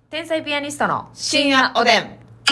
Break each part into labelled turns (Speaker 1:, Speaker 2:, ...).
Speaker 1: 天才ピアニストの
Speaker 2: 深夜おでん。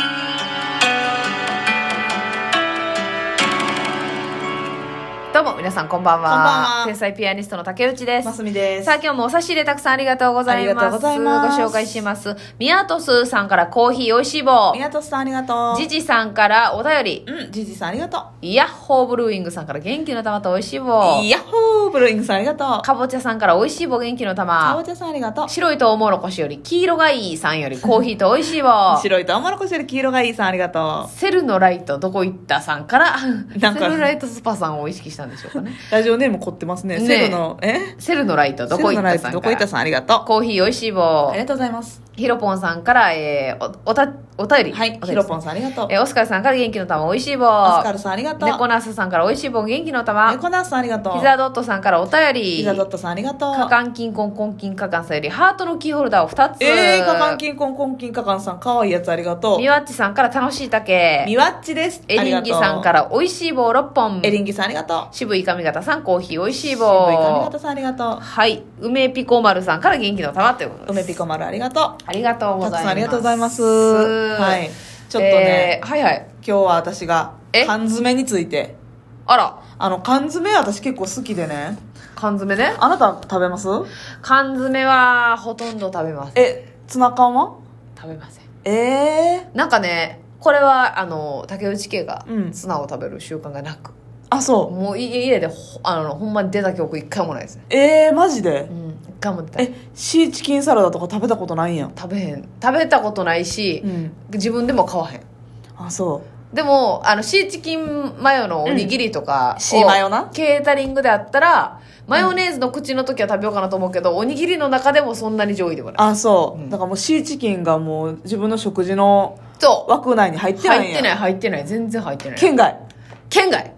Speaker 1: どうも皆さんこんばんは。
Speaker 2: こんばんは
Speaker 1: 天才ピアニストの竹内です。
Speaker 2: ますみです。
Speaker 1: さあ今日もお差し入れたくさんありがとうございます。
Speaker 2: ありがとうございます。
Speaker 1: ご紹介します。ミヤトスさんからコーヒーおいしい棒。
Speaker 2: 宮戸さんありがとう。
Speaker 1: ジジさんからお便り。
Speaker 2: ジジさんありがと
Speaker 1: ヤッホーブルーイングさんから元気の玉とおいしい棒。
Speaker 2: う。ヤッホーブルーイングさんありがとう。
Speaker 1: かぼちゃさんからおいしい棒元気の
Speaker 2: か
Speaker 1: 玉
Speaker 2: ぼ。ちゃさんありがとう。
Speaker 1: 白いとうもろこしより黄色がいいさんよりコーヒーとおいしい棒。
Speaker 2: 白いとうもろこしより黄色がいいさんありがと
Speaker 1: セルのライトどこ行ったさんから
Speaker 2: なんか
Speaker 1: セルライトスパさんを意識したんでしょうかね。
Speaker 2: う。ラジオネーム凝ってますね。
Speaker 1: ね
Speaker 2: セルの、
Speaker 1: セルのライトどこ行ったさん
Speaker 2: どこ行った
Speaker 1: から
Speaker 2: さんありがとう。
Speaker 1: コーヒーおいしい棒
Speaker 2: ありがとうございます。
Speaker 1: ヒロポンさんから、お便り
Speaker 2: はい。
Speaker 1: お便りですね
Speaker 2: ヒロポンさんありがとう。
Speaker 1: オスカルさんから元気の玉おいしい棒
Speaker 2: オスカルさんありがとう。
Speaker 1: 猫ナスさんからおいしい棒元気の玉
Speaker 2: 猫ナースさんありがとう。
Speaker 1: ピザドットさんからお便り
Speaker 2: ピザドットさんありがとう。
Speaker 1: カカンキンコンコンキンカカンさんよりハートのキーホルダーを2つ
Speaker 2: カカンキンコンコンキンカカンさんかわいいやつありがとう。
Speaker 1: みわっちさんから楽しい竹
Speaker 2: みわっちです。
Speaker 1: エリンギさんかららおいしい棒6本
Speaker 2: エリンギさんありがとう。
Speaker 1: 渋い髪型さんコーヒーおいしい
Speaker 2: 渋い髪
Speaker 1: 棒
Speaker 2: 型さんありがとう。
Speaker 1: はい梅ピコ丸さんから元気の玉ということです
Speaker 2: 梅ピコ丸ありがとう。
Speaker 1: ありがとうございます
Speaker 2: たくさんありがとうございます。はい。ちょっとね、
Speaker 1: はいはい
Speaker 2: 今日は私が缶詰について。
Speaker 1: あら
Speaker 2: 缶詰私結構好きでね。
Speaker 1: 缶詰ね
Speaker 2: あなた食べます？
Speaker 1: 缶詰はほとんど食べません
Speaker 2: ツナ缶は？
Speaker 1: 食べません
Speaker 2: ー。
Speaker 1: なんかねこれは竹内家が
Speaker 2: うん
Speaker 1: ツナを食べる習慣がなく、
Speaker 2: あ、そ
Speaker 1: もう家でほんまに出た記憶一回もないですね
Speaker 2: う。マジで？
Speaker 1: 一回も出た
Speaker 2: シーチキンサラダとか食べたことないんやん。
Speaker 1: 食べたことないし、自分でも買わへん
Speaker 2: あ、そ
Speaker 1: でもシーチキンマヨのおにぎりとかを、
Speaker 2: シーマヨな
Speaker 1: ケータリングであったらマヨネーズの口の時は食べようかなと思うけど、おにぎりの中でもそんなに上位では
Speaker 2: う。
Speaker 1: ない
Speaker 2: あ、そう。
Speaker 1: うん
Speaker 2: だからもうシーチキンがもう自分の食事の
Speaker 1: そう
Speaker 2: 枠内に入ってないんや。
Speaker 1: 入ってない全然入ってない
Speaker 2: 県外。
Speaker 1: 県外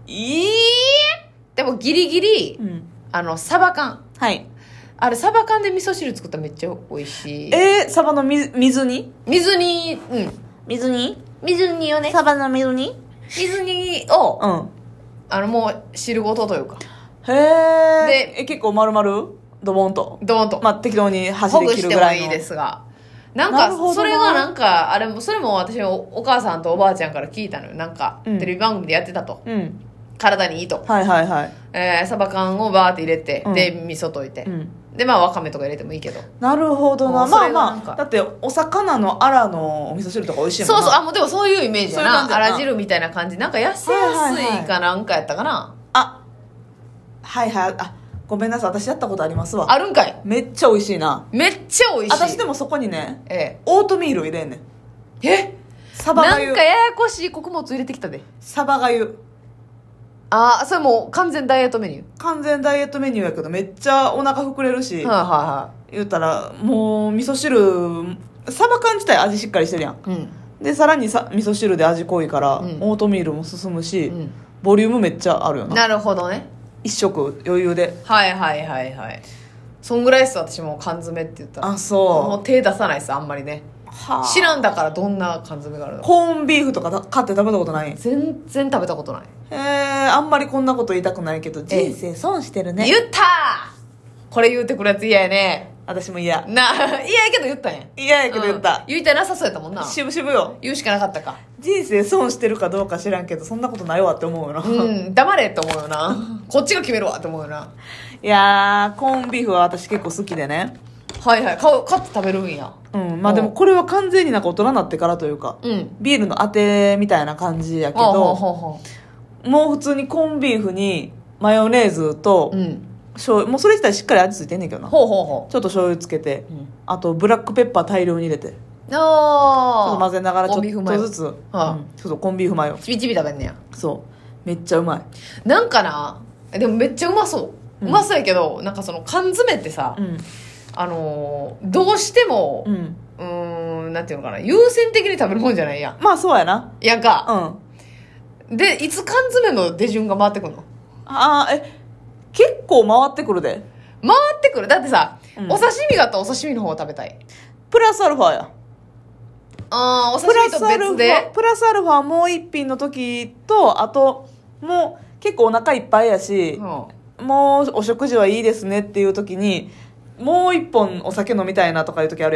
Speaker 1: でもギリギリサバ缶
Speaker 2: はい。
Speaker 1: あれサバ缶で味噌汁作ったらめっちゃ美味しい
Speaker 2: サバの水煮
Speaker 1: 水煮
Speaker 2: 水煮
Speaker 1: 水煮をね
Speaker 2: サバの水煮
Speaker 1: 水煮を
Speaker 2: うん。
Speaker 1: もう汁ごとというか
Speaker 2: へえ。結構丸々ドボンと。
Speaker 1: ドーンと
Speaker 2: まあ、適当に箸
Speaker 1: ほ
Speaker 2: で
Speaker 1: ぐしてもい
Speaker 2: 切るぐらいの。
Speaker 1: いですがなん
Speaker 2: なるほどな
Speaker 1: かそれがなんかそれも私のお母さんとおばあちゃんから聞いたのよなんか
Speaker 2: うん
Speaker 1: テレビ番組でやってたと
Speaker 2: うん。
Speaker 1: 体にいいと
Speaker 2: はいはいはい。
Speaker 1: サバ缶をバーって入れて
Speaker 2: うん
Speaker 1: で味噌溶いて
Speaker 2: うん。
Speaker 1: でまあわかめとか入れてもいいけど
Speaker 2: なるほどな。
Speaker 1: そ
Speaker 2: まあ
Speaker 1: れがなんか
Speaker 2: まあ、だってお魚のアラのお味噌汁とか美味しいもんな。
Speaker 1: そうそうもうでもそういうイメージや
Speaker 2: そういう感じやな
Speaker 1: なあら汁みたいな感じなんか安いかなんかやったかな
Speaker 2: はいはい。ごめんなさい。私やったことありますわ。
Speaker 1: あるんかい
Speaker 2: めっちゃ美味しいな。
Speaker 1: めっちゃ美味しい
Speaker 2: 私でもそこにね、
Speaker 1: え
Speaker 2: オートミール入れんねん。
Speaker 1: え
Speaker 2: サバがゆ
Speaker 1: なんか。ややこしい穀物入れてきたで
Speaker 2: サバがゆ。
Speaker 1: それもう完全ダイエットメニュ
Speaker 2: 完全ダイエットメニューやけど、めっちゃお腹膨れるし、
Speaker 1: ーはいは
Speaker 2: 言ったら、もう味噌汁、サバ缶自体味しっかりしてるやん。
Speaker 1: いはい
Speaker 2: で、さらに味噌汁で味濃いから、
Speaker 1: うん
Speaker 2: オートミールも進むし、
Speaker 1: うん
Speaker 2: ボリュームめっちゃあるよな。
Speaker 1: なるほどね
Speaker 2: 一食余裕で。
Speaker 1: はいはいはいはいそんぐらいです私も缶詰って言ったら
Speaker 2: あ、
Speaker 1: も
Speaker 2: そう
Speaker 1: 手出さないですあんまりね
Speaker 2: う。はあ
Speaker 1: 知らんだからどんな缶詰があるの
Speaker 2: コーンビーフとか買って食べたことない。
Speaker 1: 全然食べたことない
Speaker 2: あんまりこんなこと言いたくないけど、人生損してるね。
Speaker 1: 言ったーこれ言うてくるやつ嫌やね
Speaker 2: 私も嫌。
Speaker 1: 嫌やけど言ったんや
Speaker 2: 嫌やけど言った。
Speaker 1: 言いたいなさそうやったもんな
Speaker 2: 渋々よ。
Speaker 1: 言うしかなかったか
Speaker 2: 人生損してるかどうか知らんけど、そんなことないわって思うよな。
Speaker 1: 黙れって思うよなこっちが決めるわって思うよない
Speaker 2: やー、コーンビーフは私結構好きでね。
Speaker 1: はいはい買って食べるんや
Speaker 2: まあでもこれは完全になんか大人になってからというか、
Speaker 1: うん
Speaker 2: ビールのあてみたいな感じやけ
Speaker 1: ほう
Speaker 2: ど、
Speaker 1: ほうほ
Speaker 2: もう普通にコンビーフにマヨネーズと
Speaker 1: ううん
Speaker 2: 醤油、もうそれ自体しっかり味付いてんねんけどな。ち
Speaker 1: ほうほうほ
Speaker 2: ょっと醤油つけて、
Speaker 1: う、うん、
Speaker 2: あとブラックペッパー大量に入れて、ちょっ
Speaker 1: あ
Speaker 2: と混ぜながらちょ
Speaker 1: コンビーフマヨ
Speaker 2: っとずつ、
Speaker 1: は
Speaker 2: そうコンビーフマヨ。
Speaker 1: ちびちび食べんねや
Speaker 2: そう。めっちゃうまい。
Speaker 1: なんかなでもめっちゃうまそう、うまそうやけどなんかその缶詰ってさ、
Speaker 2: うん。
Speaker 1: どうしても
Speaker 2: うん。
Speaker 1: なんていうのかな優先的に食べるもんじゃないやん
Speaker 2: まあそうやな。
Speaker 1: やんか、
Speaker 2: うん。
Speaker 1: でいつ缶詰の手順が回ってくるの
Speaker 2: 結構回ってくるで。
Speaker 1: 回ってくるだってさ、
Speaker 2: うん
Speaker 1: お刺身があったらお刺身の方を食べたい
Speaker 2: プラスアルファや。
Speaker 1: お刺身と別で
Speaker 2: プラスアルファもう一品の時と、あと、もう結構お腹いっぱいやし、もうお食事はいいですねっていう時に、もう一本お酒飲みたいなとかいう時あるやん。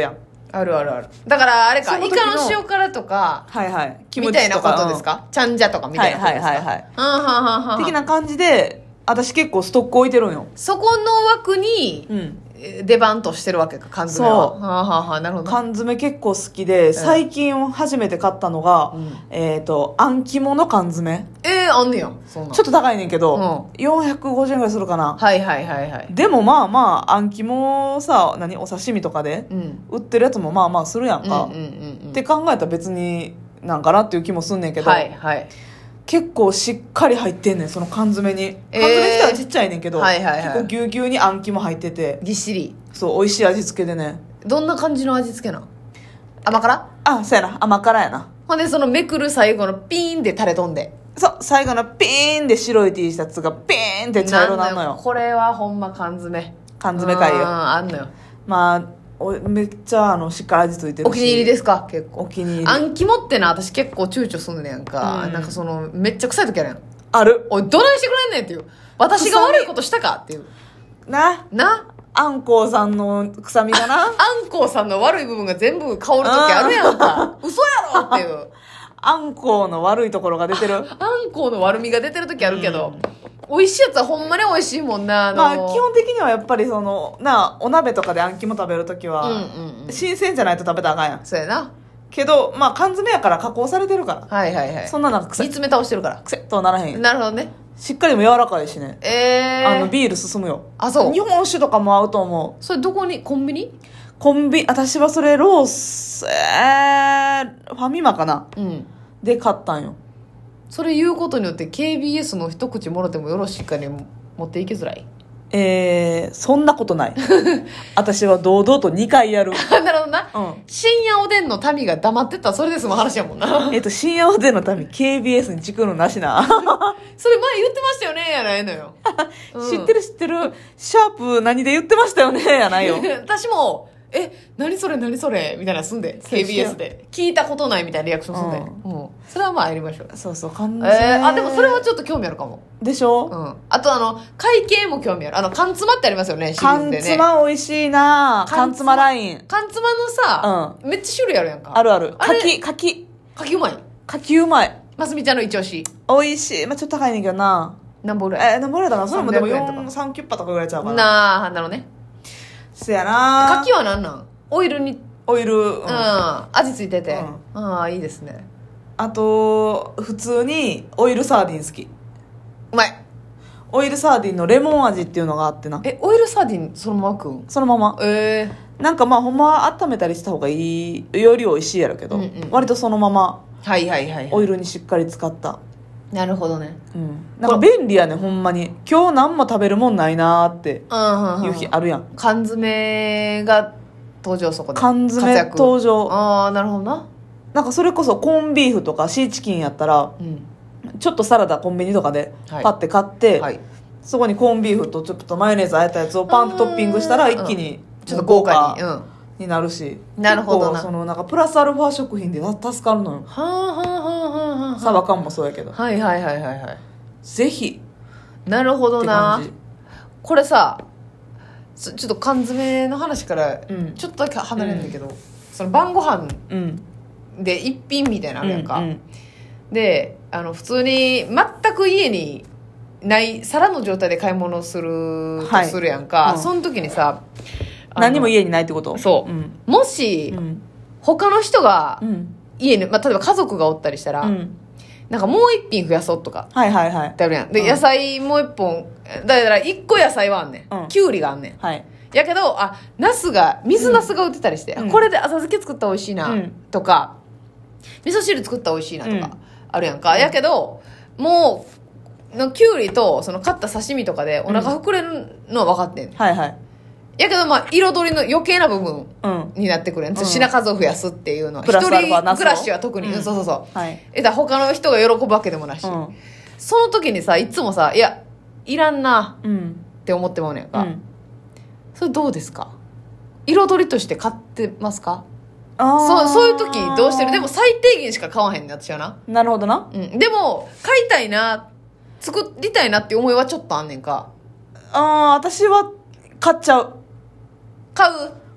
Speaker 1: あるあるある。だからあれか、イ
Speaker 2: その時の
Speaker 1: カの塩辛とか
Speaker 2: はいはい。キム
Speaker 1: みたいな
Speaker 2: チとか
Speaker 1: ことですか、ちゃんじゃとかみたいなことですか。
Speaker 2: はいはいはいはい
Speaker 1: はんはんはんはんはん
Speaker 2: 的な感じで、私結構ストック置いてるんよ。
Speaker 1: そこの枠に
Speaker 2: うん。
Speaker 1: 出番としてるわけか、缶詰は。
Speaker 2: そう
Speaker 1: はあはあはあ、なるほど。
Speaker 2: 缶詰結構好きで、最近初めて買ったのが、あん肝の缶詰。
Speaker 1: あんねや。そんなん。
Speaker 2: ちょっと高いねんけど、450円ぐらいするかな。
Speaker 1: はいはいはいはい。
Speaker 2: でもまあまあ、あん肝さ、お刺身とかで
Speaker 1: うん。
Speaker 2: 売ってるやつもまあまあするやんか。
Speaker 1: うんうんうんうん。
Speaker 2: って考えたら別になんかなっていう気もすんねんけど、
Speaker 1: はいはい。
Speaker 2: 結構しっかり入ってんねん、その缶詰に。缶詰自体はちっちゃいねんけど、
Speaker 1: はいはいはい
Speaker 2: 結構ぎゅうぎゅうにあん肝入ってて、
Speaker 1: ぎっしり。
Speaker 2: そう、美味しい味付けでね。
Speaker 1: どんな感じの味付けなん甘辛
Speaker 2: あ、そうやな、甘辛やな。
Speaker 1: ほんでそのめくる最後のピーンでタレ飛んで。
Speaker 2: そう、最後のピーンで白い T シャツがピーンって茶色なんのよ。
Speaker 1: これはほんま缶詰。
Speaker 2: 缶詰かいよ。
Speaker 1: あんのよ。
Speaker 2: まあ、めっちゃしっかり味付いてるし。
Speaker 1: お気に入りですか結構。
Speaker 2: お気に入り。
Speaker 1: あん肝ってな、私結構躊躇すんねやんか。なんかその、めっちゃ臭い時あるやん。
Speaker 2: ある。
Speaker 1: おい、どないしてくれんねんっていう。私が悪いことしたかっていう。
Speaker 2: な。あんこうさんの臭みがな。
Speaker 1: あんこうさんの悪い部分が全部香る時あるやんか。嘘やろっていう。
Speaker 2: あんこうの悪いところが出てる。
Speaker 1: あんこうの悪みが出てる時あるけど、美味しいやつはほんまに美味しいもんな。
Speaker 2: まあ、基本的にはやっぱりお鍋とかであん肝食べるときは、新鮮じゃないと食べたらあかんやん。
Speaker 1: そうやな。
Speaker 2: けど、まあ、缶詰やから加工されてるから。
Speaker 1: はいはいはい。
Speaker 2: そんななんか
Speaker 1: 煮詰め倒してるから。
Speaker 2: 癖とはならへんよ。
Speaker 1: なるほどね。
Speaker 2: しっかりも柔らかいしね。ビール進むよ。
Speaker 1: あ、そう。
Speaker 2: 日本酒とかも合うと思う。
Speaker 1: それどこにコンビニ
Speaker 2: 私はそれロース、ファミマかなで買ったんよ。
Speaker 1: それ言うことによって KBS の一口もろてもよろしいかに持っていきづらい。
Speaker 2: そんなことない。私は堂々と2回やる。
Speaker 1: なるほどな。深夜おでんの民が黙ってたらそれで済む話やもんな。
Speaker 2: 深夜おでんのために KBS にチクるのなしな。
Speaker 1: それ前言ってましたよねやないのよ。
Speaker 2: 知ってる。シャープ何で言ってましたよねやないよ。
Speaker 1: 私も、何それみたいなすんで、KBS で。聞いたことないみたいなリアクションすんで。それはまあやりましょう。
Speaker 2: そうそう、缶詰。
Speaker 1: でもそれはちょっと興味あるかも。
Speaker 2: でしょ
Speaker 1: あと会計も興味ある。缶詰ってありますよね、シリーズでね。
Speaker 2: 缶詰美味しいな缶詰ライン。
Speaker 1: 缶詰のさ、めっちゃ種類あるやんか。
Speaker 2: あるある。
Speaker 1: 柿うまい。
Speaker 2: 柿うまい。
Speaker 1: ますみちゃんの一押し。
Speaker 2: 美味しい。まあちょっと高いねんけどな。
Speaker 1: 何本ぐらい
Speaker 2: 何本ぐらいだな。それもでも3キュッパとかぐらいちゃうかな。
Speaker 1: なるほどね。
Speaker 2: せやな
Speaker 1: 柿は何なんオイルに。味ついてて。いいですね。
Speaker 2: あと、普通にオイルサーディン好き。
Speaker 1: うまい。
Speaker 2: オイルサーディンのレモン味っていうのがあってな。
Speaker 1: オイルサーディンそのまま食うん
Speaker 2: そのまま。なんかまあほんまは温めたりした方がいいより美味しいやろけど、割とそのままオイルにしっかり使った。
Speaker 1: なるほどね。
Speaker 2: なんか便利やねほんまに。今日何も食べるもんないなーっていう日あるやん。
Speaker 1: 缶詰が登場、そこで
Speaker 2: 缶詰登場。
Speaker 1: なるほどな。
Speaker 2: なんかそれこそコンビーフとかシーチキンやったら、ちょっとサラダコンビニとかでパッて買って、そこにコンビーフとちょっとマヨネーズあえたやつをパンとトッピングしたら一気に
Speaker 1: ちょっと豪華
Speaker 2: になるし。
Speaker 1: なるほどな。
Speaker 2: 結構なんかプラスアルファ食品で助かるのよ。サバ缶もそうやけど。ぜひ。
Speaker 1: なるほどな。これさ、ちょっと缶詰の話からちょっとだけ離れるんだけど、その晩ご飯で一品みたいなのあるやんか。で普通に全く家にない皿の状態で買い物するとするやんか。その時にさ、
Speaker 2: 何も家にないってこと？
Speaker 1: そう、もし他の人が家に、例えば家族がおったりしたら、なんかもう一品増やそうとかってあるやん。で、野菜もう一本だから一個野菜はあんねん、きゅうりがあんねん、やけど水ナスが売ってたりして、これで浅漬け作ったら美味しいなとか、味噌汁作ったら美味しいなとかあるやんか。やけどもうきゅうりとその買った刺身とかでお腹膨れるのは分かってんねん、やけど彩りの余計な部分になってくるん、品数を増やすっていうのは一人暮らしは特に、そう他の人が喜ぶわけでもなし、その時にさいつもさいらんなって思ってまうねんか、それどうですか？彩りとして買ってますか？そういう時どうしてる？でも最低限しか買わへんねん私はな。
Speaker 2: なるほどな。
Speaker 1: でも買いたいな、作りたいなって思いはちょっとあんねんか。
Speaker 2: 私は買っちゃう。
Speaker 1: 買う。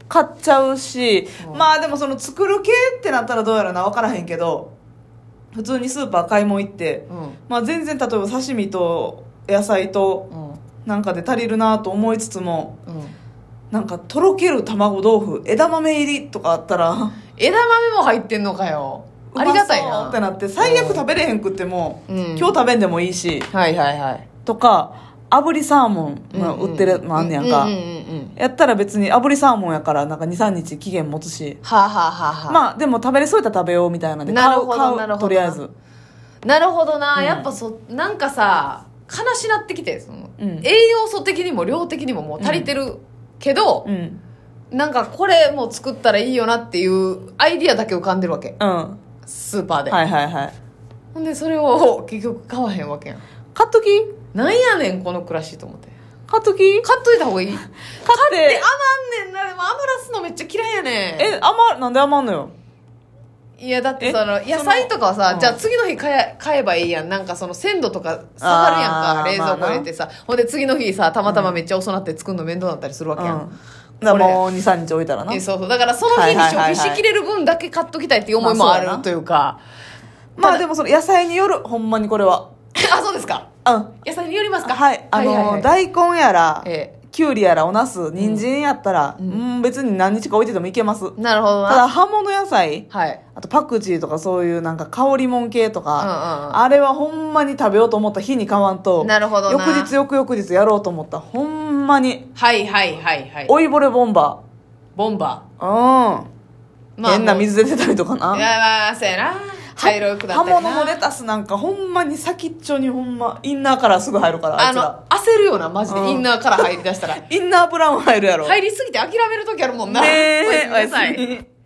Speaker 2: 買っちゃうし、まあでもその作る系ってなったらどうやらな分からへんけど、普通にスーパー買い物行って、まあ全然例えば刺身と野菜となんかで足りるなと思いつつも、なんかとろける卵豆腐枝豆入りとかあったら
Speaker 1: 枝豆も入ってんのかよ、ありがたいな
Speaker 2: ってなって、最悪食べれへんくっても、今日食べんでもいいし、
Speaker 1: はいはいはい、
Speaker 2: とか炙りサーモン、売ってるのあんねやんか、やったら別に炙りサーモンやからなんか 2,3 日期限持つし、まあでも食べれそうやったら食べようみたいなんで買うとりあえず。
Speaker 1: なるほどな、やっぱなんかさ悲しなってきて、栄養素的にも量的にももう足りてるけど、なんかこれもう作ったらいいよなっていうアイディアだけ浮かんでるわけ、スーパーで。はいはいはい。ほんでそれを結局買わへんわけやん。
Speaker 2: 買っとき、
Speaker 1: なんやねんこの暮らしと思って。
Speaker 2: 買っとき、
Speaker 1: 買っといた方がいい。買って余んねんな。でも余らすのめっちゃ嫌いやねん。
Speaker 2: なんで余んのよ。
Speaker 1: いやだって野菜とかはさ、じゃあ次の日買えばいいやん。なんかその鮮度とか下がるやんか、冷蔵庫入れてさ、ほんで次の日さたまたまめっちゃ遅なって作るの面倒だったりするわけやん、
Speaker 2: だからもう 2,3 日置いたらな。
Speaker 1: そうそう、だからその日に消費しきれる分だけ買っときたいっていう思いもあるというか、
Speaker 2: まあでもその野菜による、ほんまにこれは
Speaker 1: あ、そうですか。野菜によりますか。
Speaker 2: はい。大根やら、きゅうりやらおなす、人参やったら、別に何日か置いててもいけます。
Speaker 1: なるほどな。
Speaker 2: ただ葉物野菜、あとパクチーとかそういうなんか香りもん系とか、あれはほんまに食べようと思った日に買わんと、
Speaker 1: なるほどな。
Speaker 2: 翌日翌々日やろうと思ったらほんまに、
Speaker 1: はいはいはいはい。
Speaker 2: おいぼれボンバ
Speaker 1: ー。
Speaker 2: 変な水出てたりとかな。
Speaker 1: いやまあそうやな。茶色くなったりな。
Speaker 2: 葉物のレタスなんかほんまに先っちょにほんまインナーカラーすぐ入るから、
Speaker 1: 焦るような、マジでインナーカラー入りだしたら
Speaker 2: インナーブラウン入るやろ。
Speaker 1: 入りすぎて諦める時あるもんな。
Speaker 2: ねえ、おやすみ。